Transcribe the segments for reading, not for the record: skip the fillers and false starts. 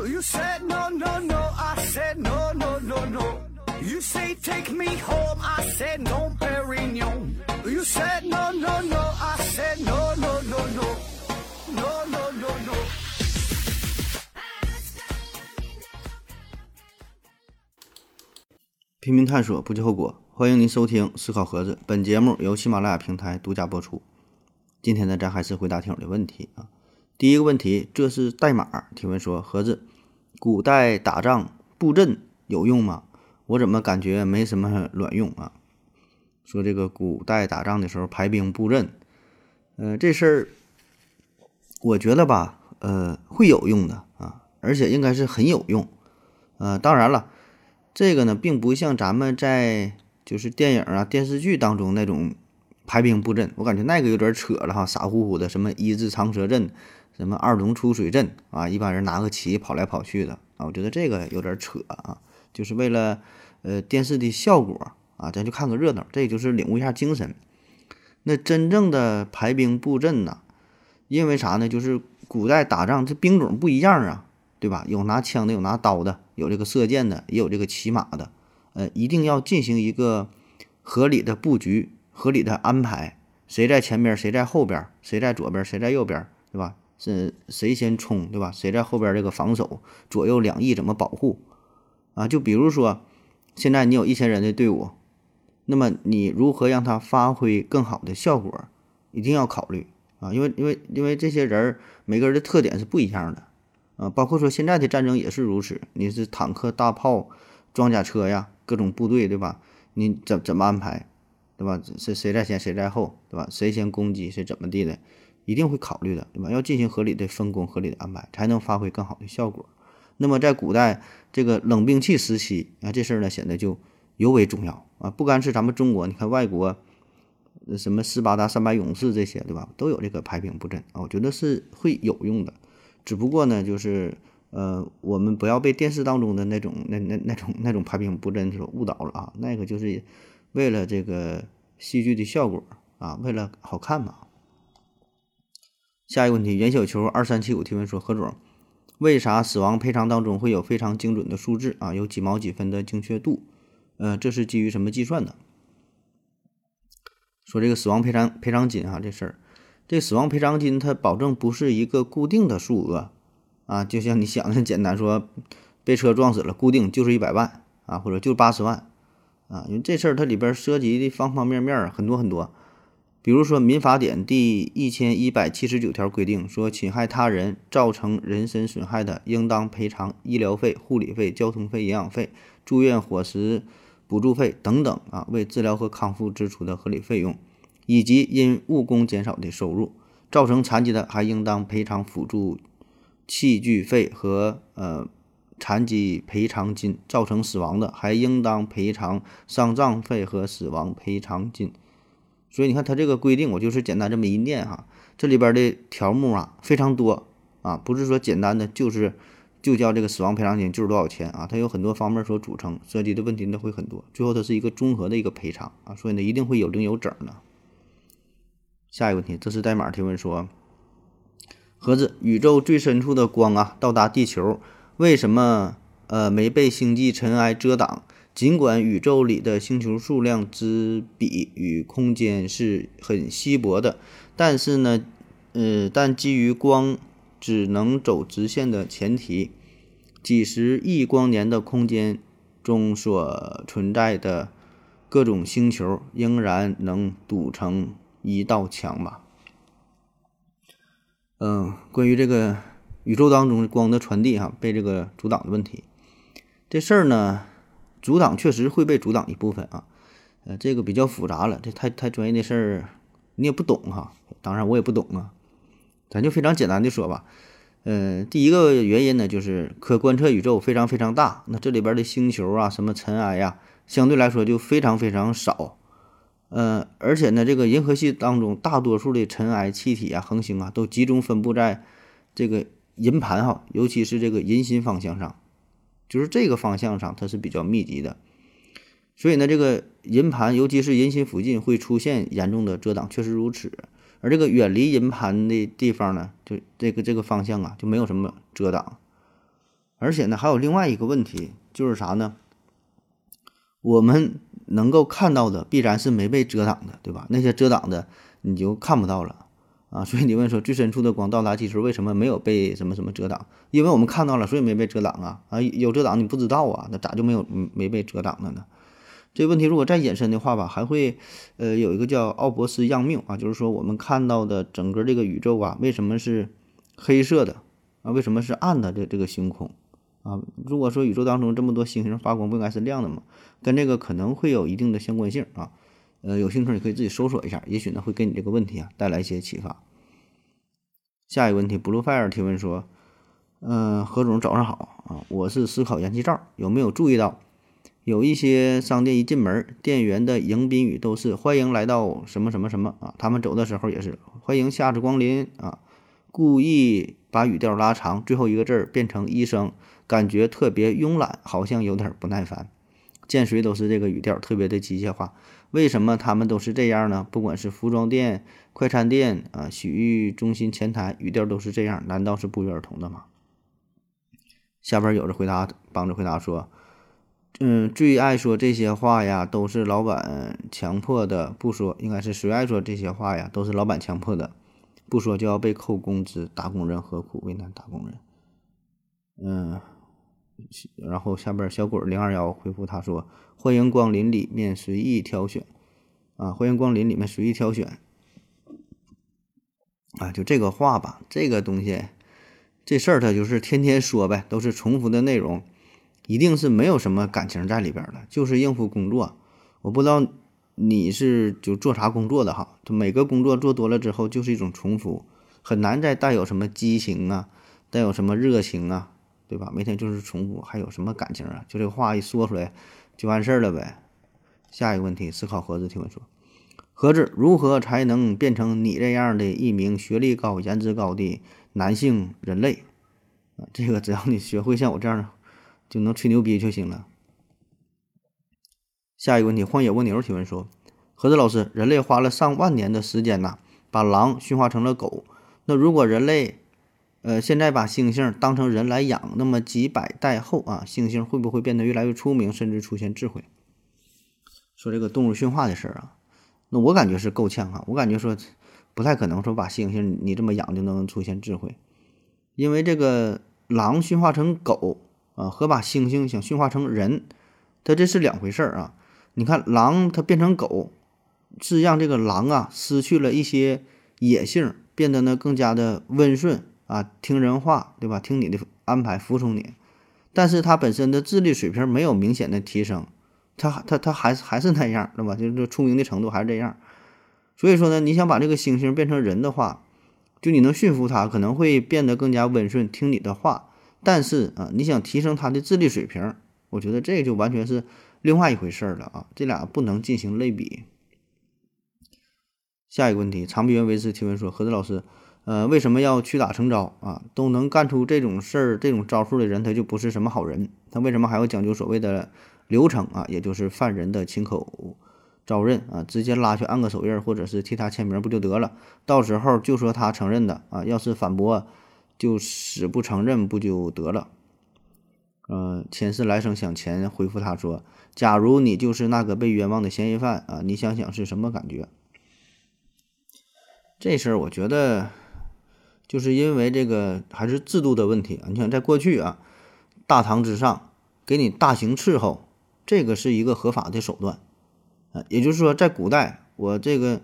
You said no, no, no, I said no, no, no, no. You say take me home, I said no, Perignon. You said no, no, no, I said no, no, no, no. No, no, no, no. 拼命探索，不计后果。欢迎您收听思考盒子，本节目由喜马拉雅平台独家播出。今天呢，咱还是回答听友的问题啊。第一个问题，这是代码提问说，盒子，古代打仗布阵有用吗？我怎么感觉没什么卵用啊？说这个古代打仗的时候排兵布阵，这事儿我觉得吧，会有用的啊，而且应该是很有用。当然了，这个呢，并不像咱们在就是电影啊、电视剧当中那种排兵布阵，我感觉那个有点扯了哈，傻乎乎的，什么一字长蛇阵，什么二龙出水阵啊，一般人拿个旗跑来跑去的啊，我觉得这个有点扯啊，就是为了电视的效果啊，咱就看个热闹，这就是领悟一下精神。那真正的排兵布阵呢，因为啥呢？就是古代打仗这兵种不一样啊，对吧？有拿枪的，有拿刀的，有这个射箭的，也有这个骑马的，一定要进行一个合理的布局、合理的安排，谁在前边，谁在后边，谁在左边，谁在右边，对吧？是谁先冲，对吧？谁在后边这个防守，左右两翼怎么保护啊？就比如说，现在你有1000人的队伍，那么你如何让他发挥更好的效果，一定要考虑啊，因为这些人每个人的特点是不一样的啊，包括说现在的战争也是如此，你是坦克、大炮、装甲车呀，各种部队，对吧？你怎么安排，对吧？谁在前谁在后，对吧？谁先攻击谁怎么地的，一定会考虑的，对吧？要进行合理的分工、合理的安排，才能发挥更好的效果。那么在古代这个冷兵器时期啊，这事儿呢显得就尤为重要啊！不单是咱们中国，你看外国，什么斯巴达300勇士这些，对吧？都有这个排兵布阵啊，我觉得是会有用的。只不过呢，就是我们不要被电视当中的那种排兵布阵所误导了啊！那个就是为了这个戏剧的效果啊，为了好看嘛。下一个问题，袁小球2375提问说，何总，为啥死亡赔偿当中会有非常精准的数字啊？有几毛几分的精确度？这是基于什么计算的？说这个死亡赔偿金啊，这事儿，这死亡赔偿金它保证不是一个固定的数额啊，就像你想的简单，说被车撞死了，固定就是100万啊，或者就80万啊，因为这事儿它里边涉及的方方面面很多很多。比如说民法典第1179条规定说，侵害他人造成人身损害的，应当赔偿医疗费、护理费、交通费、营养费、住院伙食补助费等等啊，为治疗和康复支出的合理费用，以及因误工减少的收入。造成残疾的，还应当赔偿辅助器具费和残疾赔偿金；造成死亡的，还应当赔偿丧葬费和死亡赔偿金。所以你看它这个规定，我就是简单这么一念哈，这里边的条目啊非常多啊，不是说简单的就叫这个死亡赔偿金就是多少钱啊，它有很多方面所组成，涉及的问题呢会很多，最后它是一个综合的一个赔偿啊，所以呢一定会有零有整的。下一个问题，这是代码提问说，盒子，宇宙最深处的光啊到达地球，为什么没被星际尘埃遮挡？尽管宇宙里的星球数量之比与空间是很稀薄的，但是呢，但基于光只能走直线的前提，几十亿光年的空间中所存在的各种星球仍然能堵成一道墙吧。关于这个宇宙当中光的传递被这个阻挡的问题，这事儿呢，阻挡确实会被阻挡一部分啊，这个比较复杂了，这太专业的事儿你也不懂哈，当然我也不懂啊，咱就非常简单的说吧，第一个原因呢，就是可观测宇宙非常非常大，那这里边的星球啊，什么尘埃呀，相对来说就非常非常少，而且呢，这个银河系当中大多数的尘埃、气体啊、恒星啊，都集中分布在这个银盘哈，尤其是这个银心方向上，就是这个方向上它是比较密集的，所以呢，这个银盘尤其是银心附近会出现严重的遮挡，确实如此。而这个远离银盘的地方呢，就这个方向啊就没有什么遮挡。 而且呢，还有另外一个问题，就是啥呢？我们能够看到的必然是没被遮挡的，对吧？那些遮挡的你就看不到了啊。所以你问说最深处的光到达几处，为什么没有被什么什么遮挡？因为我们看到了，所以没被遮挡啊。有遮挡你不知道啊，那咋就没被遮挡了呢？这个问题如果再延伸的话吧，还会有一个叫奥伯斯样命啊，就是说我们看到的整个这个宇宙啊，为什么是黑色的啊？为什么是暗的这个星空啊？如果说宇宙当中这么多星星发光，不应该是亮的吗？跟这个可能会有一定的相关性啊。有兴趣你可以自己搜索一下，也许呢会给你这个问题啊带来一些启发。下一个问题 ，Bluefire 提问说，何总早上好啊，我是思考燃气灶，有没有注意到有一些商店一进门，店员的迎宾语都是欢迎来到什么什么什么啊，他们走的时候也是欢迎下次光临啊，故意把语调拉长，最后一个字变成一声，感觉特别慵懒，好像有点不耐烦。见谁都是这个语调，特别的机械化。为什么他们都是这样呢？不管是服装店、快餐店啊、洗浴中心前台，语调都是这样，难道是不约而同的吗？下边有着回答，帮着回答说，最爱说这些话呀，都是老板强迫的，不说应该是谁爱说这些话呀，都是老板强迫的，不说就要被扣工资，打工人何苦为难打工人？然后下边小鬼021回复他说：“欢迎光临，里面随意挑选啊！欢迎光临，里面随意挑选啊！就这个话吧，这个东西，这事儿他就是天天说呗，都是重复的内容，一定是没有什么感情在里边的，就是应付工作。我不知道你是就做啥工作的哈，就每个工作做多了之后就是一种重复，很难再带有什么激情啊，带有什么热情啊。”对吧？每天就是重复，还有什么感情啊？就这个话一说出来就完事儿了呗。下一个问题，思考盒子提问说：盒子如何才能变成你这样的一名学历高、颜值高的男性人类啊？这个只要你学会像我这样，就能吹牛逼就行了。下一个问题，荒野蜗牛提问说：盒子老师，人类花了上万年的时间呐，把狼驯化成了狗。那如果人类现在把猩猩当成人来养，那么几百代后啊，猩猩会不会变得越来越出名，甚至出现智慧？说这个动物驯化的事儿啊，那我感觉是够呛啊，我感觉说不太可能说把猩猩你这么养就能出现智慧，因为这个狼驯化成狗啊，和把猩猩想驯化成人，它这是两回事儿啊。你看狼它变成狗，是让这个狼啊失去了一些野性，变得呢更加的温顺。啊，听人话，对吧？听你的安排，服从你。但是他本身的智力水平没有明显的提升，他还是那样，对吧？就是出名的程度还是这样。所以说呢，你想把这个猩猩变成人的话，就你能驯服它，可能会变得更加温顺，听你的话。但是啊，你想提升它的智力水平，我觉得这就完全是另外一回事了啊，这俩不能进行类比。下一个问题，长臂猿维斯提问说：何子老师。为什么要屈打成招啊？都能干出这种事儿、这种招数的人，他就不是什么好人。他为什么还要讲究所谓的流程啊？也就是犯人的亲口招认啊，直接拉去按个手印，或者是替他签名不就得了？到时候就说他承认的啊，要是反驳就死不承认不就得了？前世来生想钱回复他说：假如你就是那个被冤枉的嫌疑犯啊，你想想是什么感觉？这事儿我觉得。就是因为这个还是制度的问题啊！你想在过去啊，大堂之上给你大刑伺候，这个是一个合法的手段啊。也就是说，在古代，我这个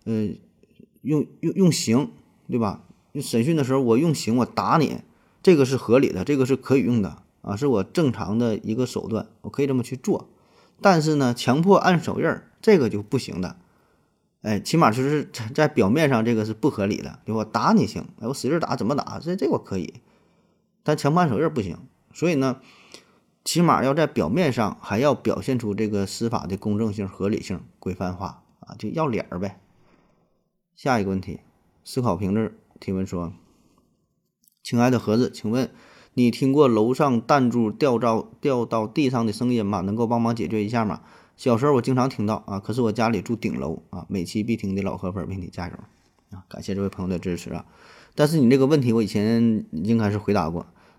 用刑，对吧？审讯的时候我用刑，我打你，这个是合理的，这个是可以用的啊，是我正常的一个手段，我可以这么去做。但是呢，强迫按手印，这个就不行的。哎，起码就是在表面上这个是不合理的，对吧？我打你行，哎，我使劲打怎么打？这我可以，但强迫按手印不行。所以呢，起码要在表面上还要表现出这个司法的公正性、合理性、规范化啊，就要脸儿呗。下一个问题，思考瓶子提问说：亲爱的盒子，请问你听过楼上弹珠掉到地上的声音吗？能够帮忙解决一下吗？小时候我经常听到啊，可是我家里住顶楼啊，每期必听的老河粉，为你加油啊！感谢这位朋友的支持啊。但是你这个问题我以前应该是回答过，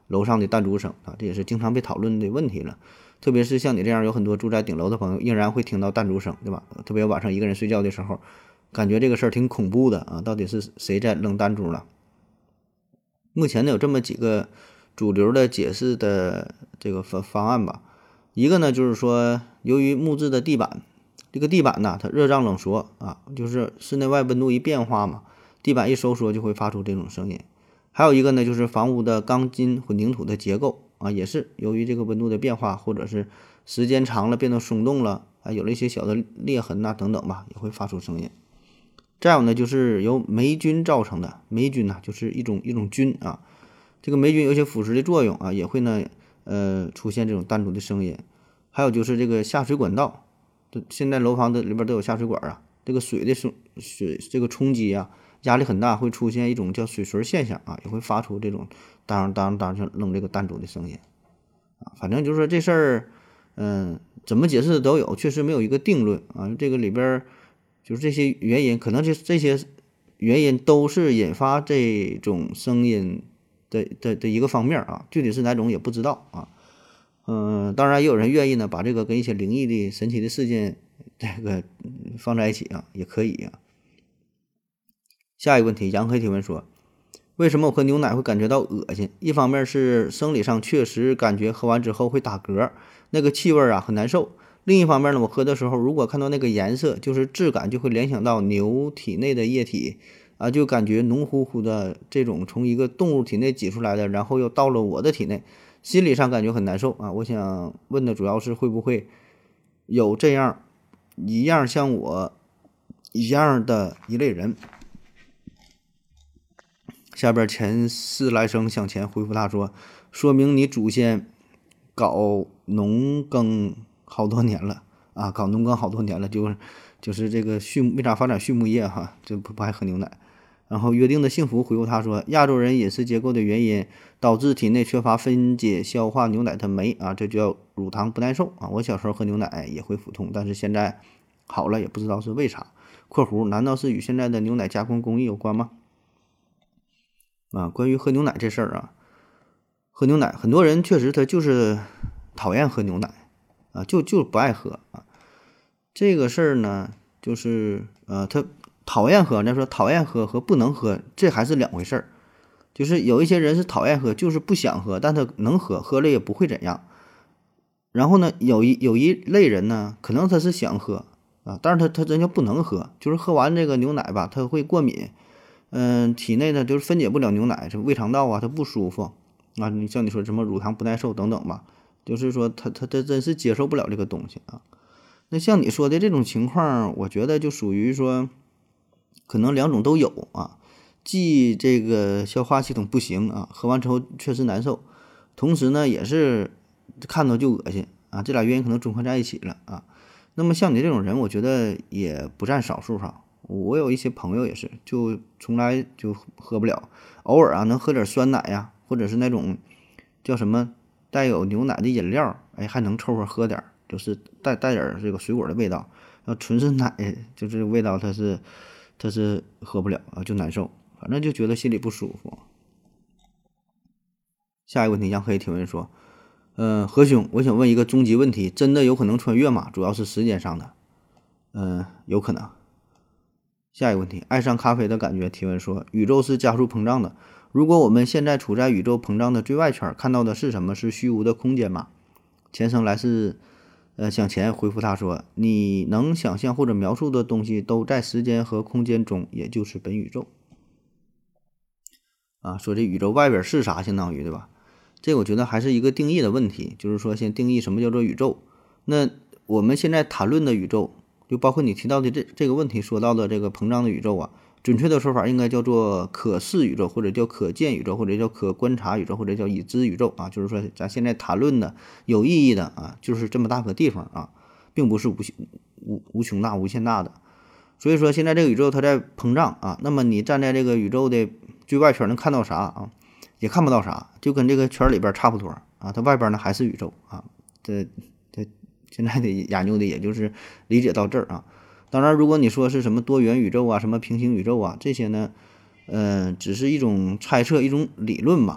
楼上的弹珠声啊，这也是经常被讨论的问题了。特别是像你这样有很多住在顶楼的朋友，仍然会听到弹珠声，对吧？特别晚上一个人睡觉的时候，感觉这个事儿挺恐怖的啊，到底是谁在扔弹珠了？目前呢有这么几个主流的解释的这个方案吧。一个呢就是说，由于木质的地板，这个地板呢它热胀冷缩啊，就是室内外温度一变化嘛，地板一收缩就会发出这种声音。还有一个呢就是房屋的钢筋混凝土的结构啊，也是由于这个温度的变化，或者是时间长了变得松动了啊，有了一些小的裂痕呐等等吧，也会发出声音。再有呢就是由霉菌造成的，霉菌呢就是一种菌啊，这个霉菌有一些腐蚀的作用啊，也会呢出现这种弹珠的声音。还有就是这个下水管道，现在楼房的里边都有下水管啊，这个水这个冲击啊，压力很大，会出现一种叫水锤现象啊，也会发出这种当当当像扔这个弹珠的声音啊。反正就是说这事儿，怎么解释的都有，确实没有一个定论啊。这个里边就是这些原因，可能这些原因都是引发这种声音的一个方面啊，具体是哪种也不知道啊。当然也有人愿意呢，把这个跟一些灵异的、神奇的事件这个放在一起啊，也可以啊。下一个问题，杨黑提问说，为什么我喝牛奶会感觉到恶心？一方面是生理上确实感觉喝完之后会打嗝，那个气味啊很难受。另一方面呢，我喝的时候如果看到那个颜色，就是质感，就会联想到牛体内的液体啊，就感觉浓乎乎的这种从一个动物体内挤出来的，然后又到了我的体内。心理上感觉很难受啊！我想问的主要是会不会有这样一样像我一样的一类人。下边前世来生向前回复他说，说明你祖先搞农耕好多年了啊，搞农耕好多年了，就是这个为啥发展畜牧业哈，就不爱喝牛奶。然后约定的幸福回复他说，亚洲人饮食结构的原因导致体内缺乏分解消化牛奶的酶啊，这就叫乳糖不耐受啊。我小时候喝牛奶也会腹痛，但是现在好了，也不知道是为啥。括弧难道是与现在的牛奶加工工艺有关吗？啊，关于喝牛奶这事儿啊，喝牛奶很多人确实他就是讨厌喝牛奶啊，就不爱喝啊。这个事儿呢，就是他讨厌喝，咱说讨厌喝和不能喝，这还是两回事儿。就是有一些人是讨厌喝，就是不想喝，但他能喝，喝了也不会怎样。然后呢，有一类人呢，可能他是想喝啊，但是他真就不能喝，就是喝完这个牛奶吧，他会过敏，体内呢就是分解不了牛奶，这胃肠道啊，他不舒服啊。你像你说什么乳糖不耐受等等吧，就是说他真是接受不了这个东西啊。那像你说的这种情况，我觉得就属于说，可能两种都有啊，既这个消化系统不行啊，喝完之后确实难受，同时呢也是看到就恶心啊，这俩原因可能综合在一起了啊。那么像你这种人，我觉得也不占少数哈。我有一些朋友也是，就从来就喝不了，偶尔啊能喝点酸奶呀，或者是那种叫什么带有牛奶的饮料，哎，还能凑合喝点，就是带点这个水果的味道。要纯是奶，就是味道它是喝不了啊，就难受，反正就觉得心里不舒服。下一个问题，杨黑提问说，何兄，我想问一个终极问题，真的有可能穿越吗？主要是时间上的，有可能。下一个问题，爱上咖啡的感觉提问说，宇宙是加速膨胀的，如果我们现在处在宇宙膨胀的最外圈，看到的是什么？是虚无的空间吗？前生来世向前回复他说，你能想象或者描述的东西都在时间和空间中，也就是本宇宙啊。说这宇宙外边是啥，相当于对吧？这个我觉得还是一个定义的问题，就是说先定义什么叫做宇宙。那我们现在谈论的宇宙，就包括你提到的这个问题说到的这个膨胀的宇宙啊，准确的说法应该叫做可视宇宙，或者叫可见宇宙，或者叫可观察宇宙，或者叫已知宇宙啊。就是说咱现在谈论的有意义的啊，就是这么大个地方啊，并不是无穷大、无限大的。所以说现在这个宇宙它在膨胀啊，那么你站在这个宇宙的最外圈能看到啥啊？也看不到啥，就跟这个圈里边差不多啊。它外边呢还是宇宙啊。这现在的研究的也就是理解到这儿啊。当然，如果你说是什么多元宇宙啊、什么平行宇宙啊这些呢，只是一种猜测、一种理论吧啊。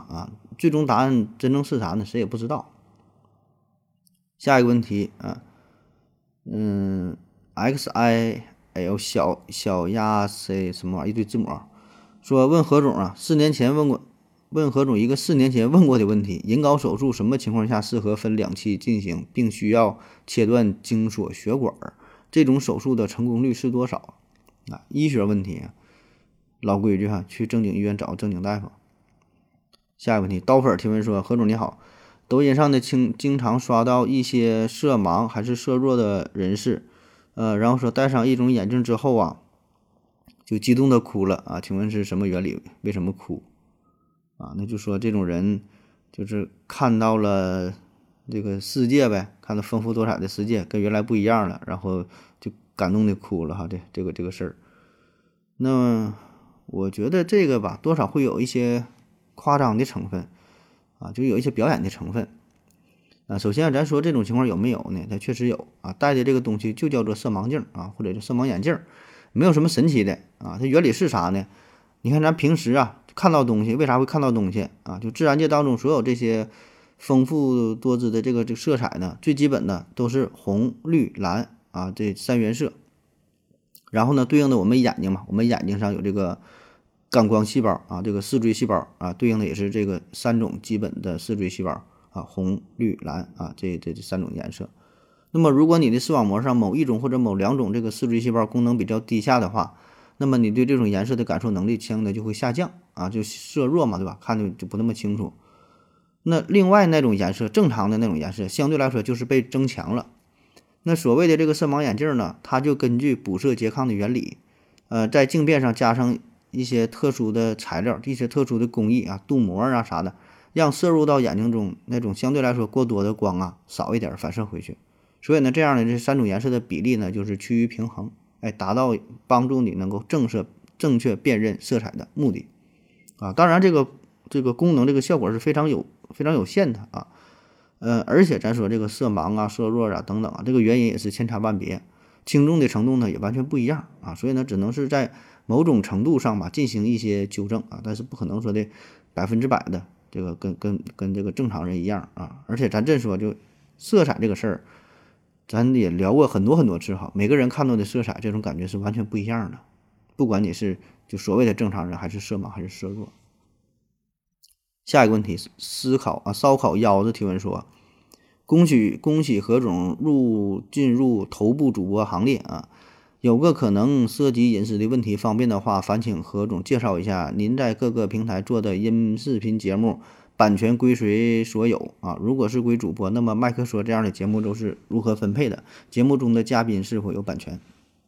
最终答案真正是啥呢？谁也不知道。下一个问题啊，XIL 小鸭 C 什么玩意儿一堆字母，说问何总啊，4年前问何总一个4年前问过的问题：银睾手术什么情况下适合分2期进行，并需要切断精索血管？这种手术的成功率是多少？啊，医学问题啊，老规矩哈，去正经医院找正经大夫。下一个问题，刀粉提问说：何总你好，抖音上的经常刷到一些色盲还是色弱的人士，然后说戴上一种眼镜之后啊，就激动的哭了啊，请问是什么原理？为什么哭？啊，那就说这种人就是看到了这个世界呗，看到丰富多彩的世界跟原来不一样了，然后就感动的哭了哈，这个事儿。那我觉得这个吧，多少会有一些夸张的成分啊，就有一些表演的成分啊。首先咱说这种情况有没有呢？它确实有啊，戴的这个东西就叫做色盲镜啊，或者叫色盲眼镜，没有什么神奇的啊。它原理是啥呢？你看咱平时啊看到东西，为啥会看到东西啊？就自然界当中所有这些丰富多姿的这个色彩呢，最基本的都是红、绿、蓝啊这3原色。然后呢，对应的我们眼睛嘛，我们眼睛上有这个感光细胞啊，这个视锥细胞啊，对应的也是这个3种基本的视锥细胞啊，红、绿、蓝啊，这3种颜色。那么如果你的视网膜上某一种或者某2种这个视锥细胞功能比较低下的话，那么你对这种颜色的感受能力相对就会下降啊，就色弱嘛，对吧？看的就不那么清楚。那另外那种颜色，正常的那种颜色，相对来说就是被增强了。那所谓的这个色盲眼镜呢，它就根据补色拮抗的原理，在镜片上加上一些特殊的材料，一些特殊的工艺啊，镀膜啊啥的，让摄入到眼睛中那种相对来说过多的光啊少一点反射回去。所以呢，这样的这3种颜色的比例呢，就是趋于平衡，哎，达到帮助你能够正确辨认色彩的目的啊。当然，这个功能这个效果是非常有限的啊。而且咱说这个色盲啊、色弱啊等等啊，这个原因也是千差万别，轻重的程度呢也完全不一样啊。所以呢，只能是在某种程度上吧进行一些纠正啊，但是不可能说的100%的这个跟这个正常人一样啊。而且咱这说就色彩这个事儿，咱也聊过很多次哈，每个人看到的色彩这种感觉是完全不一样的，不管你是就所谓的正常人还是色盲还是色弱。下一个问题，烧烤腰子提问说：恭喜何总进入头部主播行列啊！有个可能涉及隐私的问题，方便的话，烦请何总介绍一下您在各个平台做的音视频节目版权归谁所有啊？如果是归主播，那么麦克说这样的节目都是如何分配的？节目中的嘉宾是否有版权？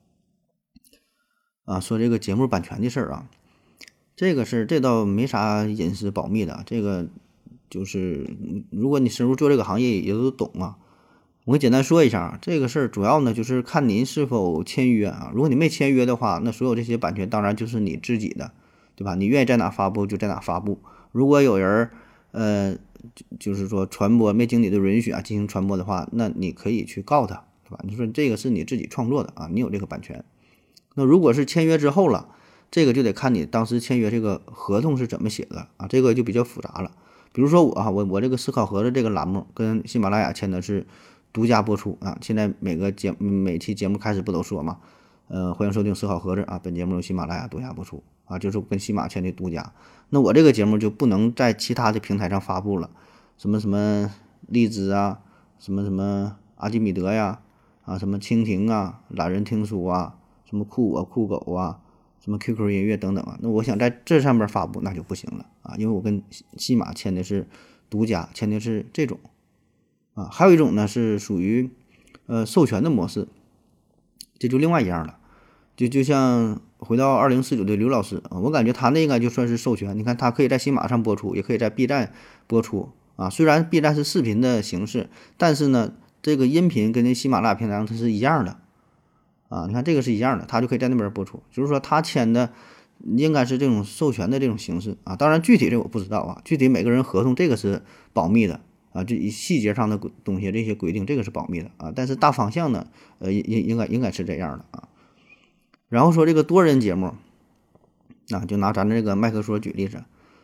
啊，说这个节目版权的事儿啊。这个事这倒没啥隐私保密的，这个就是如果你深入做这个行业也都懂啊。我简单说一下啊，这个事儿主要呢就是看您是否签约啊。如果你没签约的话，那所有这些版权当然就是你自己的，对吧？你愿意在哪发布就在哪发布。如果有人就是说传播没经你的允许啊进行传播的话，那你可以去告他，对吧？你说这个是你自己创作的啊，你有这个版权。那如果是签约之后了，这个就得看你当时签约这个合同是怎么写的啊，这个就比较复杂了。比如说我这个思考盒子这个栏目跟喜马拉雅签的是独家播出啊，现在每期节目开始不都说嘛，欢迎收听思考盒子啊，本节目由喜马拉雅独家播出啊，就是跟喜马签的独家。那我这个节目就不能在其他的平台上发布了，什么荔枝啊，什么阿基米德呀，啊什么蜻蜓啊，懒人听书啊，什么酷我酷狗啊，什么 QQ 音乐等等啊，那我想在这上面发布那就不行了啊，因为我跟喜马签的是独家，签的是这种啊。还有一种呢是属于授权的模式，这就另外一样了。就像回到2049的刘老师啊，我感觉他那应该就算是授权。你看他可以在喜马上播出，也可以在 B 站播出啊。虽然 B 站是视频的形式，但是呢，这个音频跟那喜马拉雅平台上它是一样的。啊，你看这个是一样的，他就可以在那边播出，就是说他签的应该是这种授权的这种形式啊。当然具体这我不知道啊，具体每个人合同这个是保密的啊，这细节上的东西这些规定这个是保密的啊。但是大方向呢，应该是这样的啊。然后说这个多人节目，啊，就拿咱这个麦克说举例子，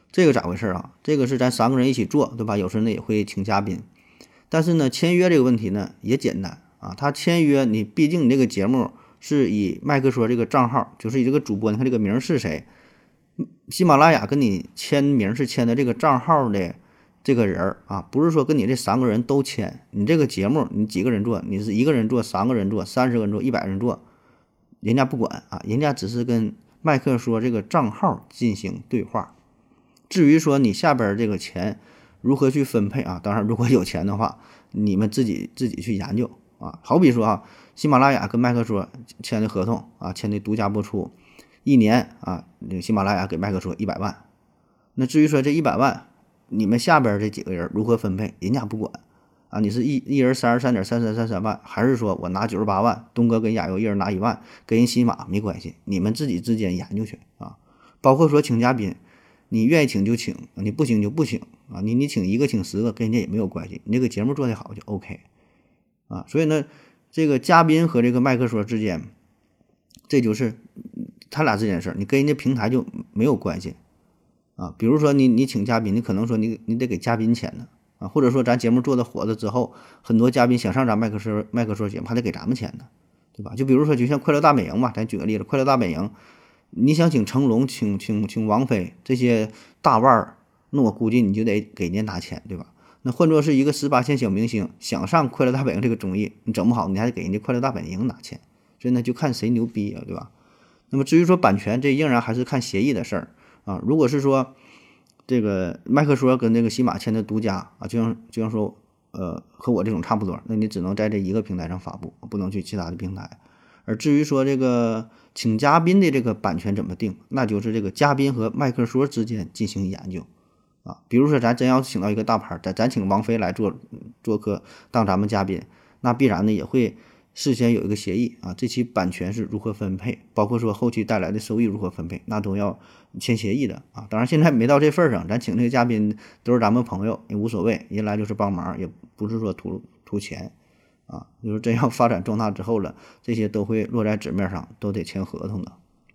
这个咋回事啊？这个是咱3个人一起做，对吧？有时呢也会请嘉宾，但是呢签约这个问题呢也简单啊。他签约你毕竟你这个节目是以麦克说这个账号，就是以这个主播，你看这个名是谁，喜马拉雅跟你签名是签的这个账号的这个人啊，不是说跟你这3个人都签。你这个节目你几个人做，你是1个人做、3个人做、30个人做、100人做，人家不管啊，人家只是跟麦克说这个账号进行对话。至于说你下边这个钱如何去分配啊，当然如果有钱的话，你们自己去研究啊。好比说啊，喜马拉雅跟麦克说签的合同啊，签的独家播出1年啊，这个喜马拉雅给麦克说100万。那至于说这100万，你们下边这几个人如何分配，人家不管啊。你是一人33.3333万，还是说我拿98万，东哥跟亚游一人拿1万，跟人喜马没关系，你们自己之间研究去啊。包括说请嘉宾，你愿意请就请，你不请就不请啊。你请1个请10个跟人家也没有关系，你这个节目做得好就 OK 啊。所以呢，这个嘉宾和这个麦克说之间，这就是他俩之间的事儿，你跟人家平台就没有关系啊。比如说你请嘉宾，你可能说你得给嘉宾钱呢啊，或者说咱节目做的火了之后，很多嘉宾想上咱麦克说节目，还得给咱们钱呢，对吧？就比如说就像快乐大本营吧，咱举个例子，快乐大本营，你想请成龙、请王菲这些大腕儿，那我估计你就得给人家拿钱，对吧？那换作是一个18线小明星想上快乐大本营这个综艺，你整不好你还得给人家快乐大本营拿钱，所以呢就看谁牛逼啊，对吧？那么至于说版权，这仍然还是看协议的事儿啊。如果是说这个麦克说跟这个喜马签的独家啊，就像说和我这种差不多，那你只能在这一个平台上发布，不能去其他的平台。而至于说这个请嘉宾的这个版权怎么定，那就是这个嘉宾和麦克说之间进行研究啊。比如说咱真要请到一个大牌，咱请王菲来做客当咱们嘉宾，那必然呢也会事先有一个协议啊，这期版权是如何分配，包括说后期带来的收益如何分配，那都要签协议的啊。当然现在没到这份上，咱请这个嘉宾都是咱们朋友也无所谓，人来就是帮忙，也不是说图钱啊。就是真要发展壮大之后了，这些都会落在纸面上，都得签合同的。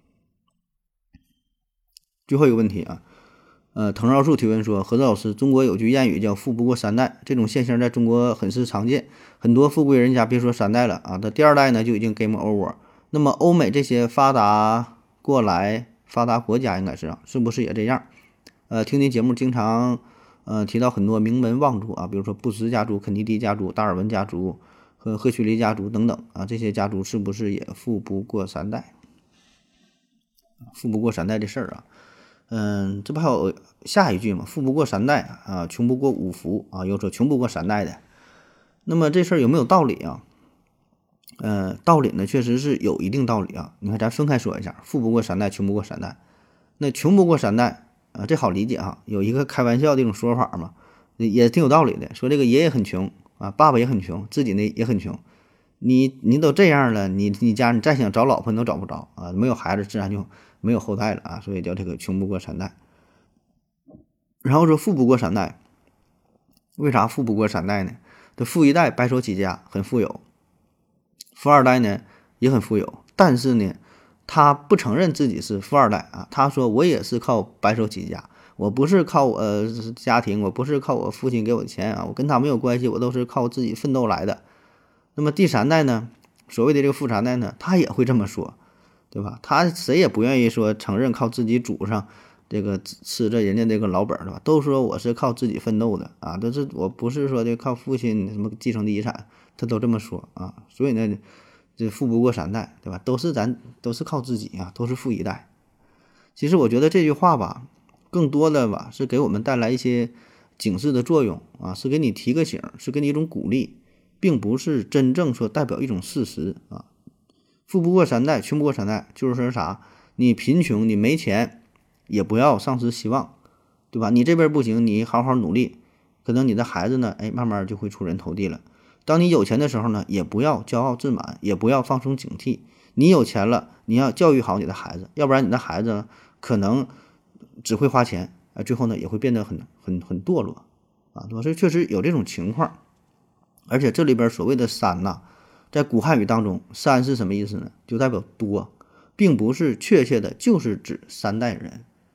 最后一个问题啊，藤绕树提问说，何子老师，中国有句谚语叫富不过3代，这种现象在中国很是常见，很多富贵人家别说3代了啊，他第2代呢就已经 game over。那么欧美这些发达国家应该是是不是也这样？听您节目经常提到很多名门望族啊，比如说布什家族、肯尼迪家族、达尔文家族和赫胥黎家族等等啊，这些家族是不是也富不过3代？富不过3代这事儿啊，这不还有下一句嘛？富不过3代啊，穷不过5福啊，又说穷不过3代的。那么这事儿有没有道理啊？道理呢确实是有一定道理啊。你看咱分开说一下，富不过3代，穷不过3代。那穷不过3代啊，这好理解啊，有一个开玩笑的一种说法嘛，也挺有道理的。说这个爷爷很穷啊，爸爸也很穷，自己呢也很穷。你都这样了，你家你再想找老婆你都找不着啊，没有孩子自然就没有后代了啊，所以叫这个穷不过3代。然后说富不过3代，为啥富不过3代呢？这富一代白手起家很富有，富2代呢也很富有，但是呢他不承认自己是富2代啊，他说我也是靠白手起家，我不是靠我家庭，我不是靠我父亲给我的钱啊，我跟他没有关系，我都是靠自己奋斗来的。那么第3代呢，所谓的这个富3代呢，他也会这么说，对吧？他谁也不愿意说承认靠自己祖上这个吃着人家这个老本，对吧？都说我是靠自己奋斗的啊，都是我不是说这靠父亲什么继承的遗产，他都这么说啊。所以呢，这富不过3代，对吧？都是靠自己啊，都是富1代。其实我觉得这句话吧，更多的吧是给我们带来一些警示的作用啊，是给你提个醒，是给你一种鼓励，并不是真正说代表一种事实啊。富不过3代，穷不过3代，就是说啥？你贫穷，你没钱，也不要丧失希望，对吧？你这边不行，你好好努力，可能你的孩子呢，慢慢就会出人头地了。当你有钱的时候呢，也不要骄傲自满，也不要放松警惕。你有钱了，你要教育好你的孩子，要不然你的孩子呢，可能只会花钱，最后呢也会变得很堕落啊，对吧？所以确实有这种情况。而且这里边所谓的3呐，在古汉语当中，3是什么意思呢？就代表多，并不是确切的就是指3代人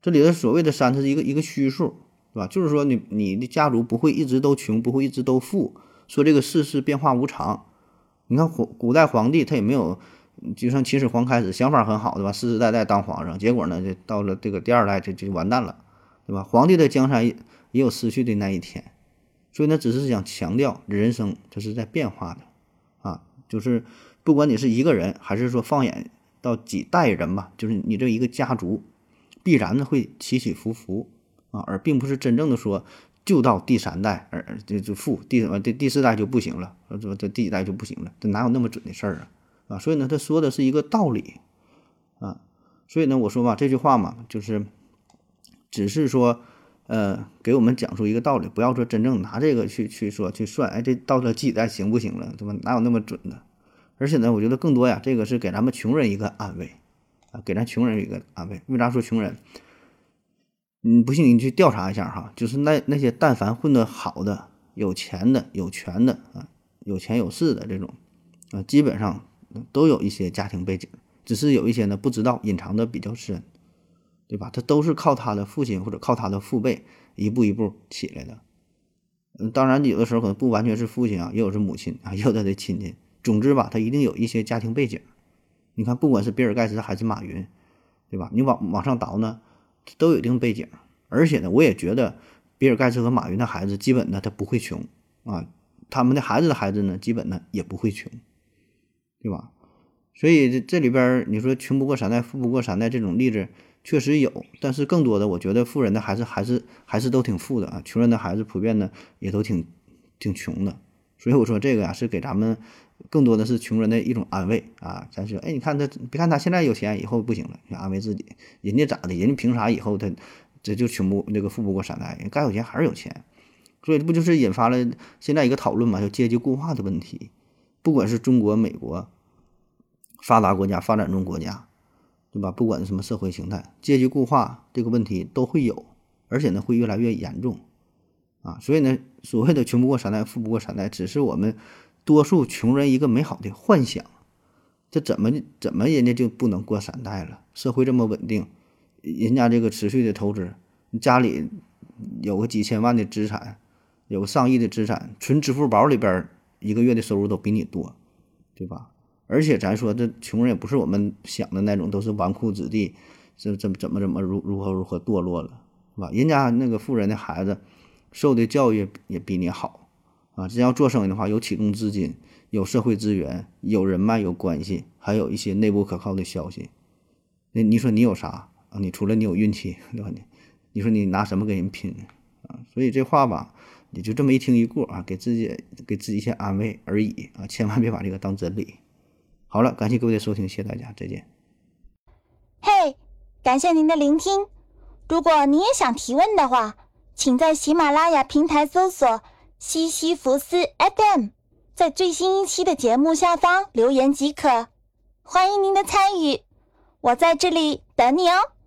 这里的所谓的山，它是一个虚数，对吧？就是说你的家族不会一直都穷，不会一直都富。说这个世事变化无常，你看古代皇帝他也没有，就像秦始皇开始想法很好，对吧？世世代代当皇上，结果呢就到了这个第二代就完蛋了，对吧？皇帝的江山也有失去的那一天，所以呢只是想强调人生它是在变化的啊，就是不管你是一个人，还是说放眼到几代人吧，就是你这一个家族必然的会起起伏伏啊，而并不是真正的说就到第3代而就富，第4代就不行了，这第几代就不行了，这哪有那么准的事儿啊？所以呢他说的是一个道理啊，所以呢我说吧，这句话嘛，就是只是说给我们讲述一个道理，不要说真正拿这个去算，哎，这到了几代行不行了，对吧？哪有那么准的？而且呢我觉得更多呀，这个是给咱们穷人一个安慰啊，给咱穷人一个安慰。为啥说穷人？不信你去调查一下哈，就是那些但凡混得好的、有钱的、有权的啊、有钱有势的这种啊，基本上都有一些家庭背景，只是有一些呢不知道，隐藏的比较深，对吧？他都是靠他的父亲或者靠他的父辈一步一步起来的。当然有的时候可能不完全是父亲啊，也有是母亲啊，也有他的亲戚。总之吧，他一定有一些家庭背景。你看，不管是比尔盖茨还是马云，对吧？你往上倒呢，都有一定背景。而且呢，我也觉得比尔盖茨和马云的孩子基本呢他不会穷啊，他们的孩子的孩子呢基本呢也不会穷，对吧？所以这里边你说穷不过3代，富不过3代这种例子确实有，但是更多的我觉得富人的孩子还是都挺富的啊，穷人的孩子普遍呢也都挺穷的。所以我说这个呀是给咱们更多的是穷人的一种安慰啊。咱说，哎，你看他，别看他现在有钱，以后不行了，就安慰自己，人家咋的？人家凭啥以后他这就富不过3代？人该有钱还是有钱。所以这不就是引发了现在一个讨论嘛，就阶级固化的问题。不管是中国、美国发达国家、发展中国家，对吧？不管是什么社会形态，阶级固化这个问题都会有，而且呢会越来越严重啊。所以呢，所谓的穷不过3代，富不过3代，只是我们多数穷人一个美好的幻想。这怎么人家就不能过3代了？社会这么稳定，人家这个持续的投资，家里有个几千万的资产，有个上亿的资产，纯支付宝里边一个月的收入都比你多，对吧？而且咱说这穷人也不是我们想的那种，都是纨绔子弟，怎么如何堕落了，是吧？人家那个富人的孩子受的教育也比你好啊！真要做生意的话，有启动资金，有社会资源，有人脉，有关系，还有一些内部可靠的消息。那你说你有啥啊？你除了你有运气，对吧？你说你拿什么跟人拼啊？所以这话吧，你就这么一听一过啊，给自己一些安慰而已啊，千万别把这个当真理。好了，感谢各位的收听，谢谢大家，再见。 嘿，感谢您的聆听。如果你也想提问的话，请在喜马拉雅平台搜索西西弗斯 FM， 在最新一期的节目下方留言即可。欢迎您的参与，我在这里等你哦。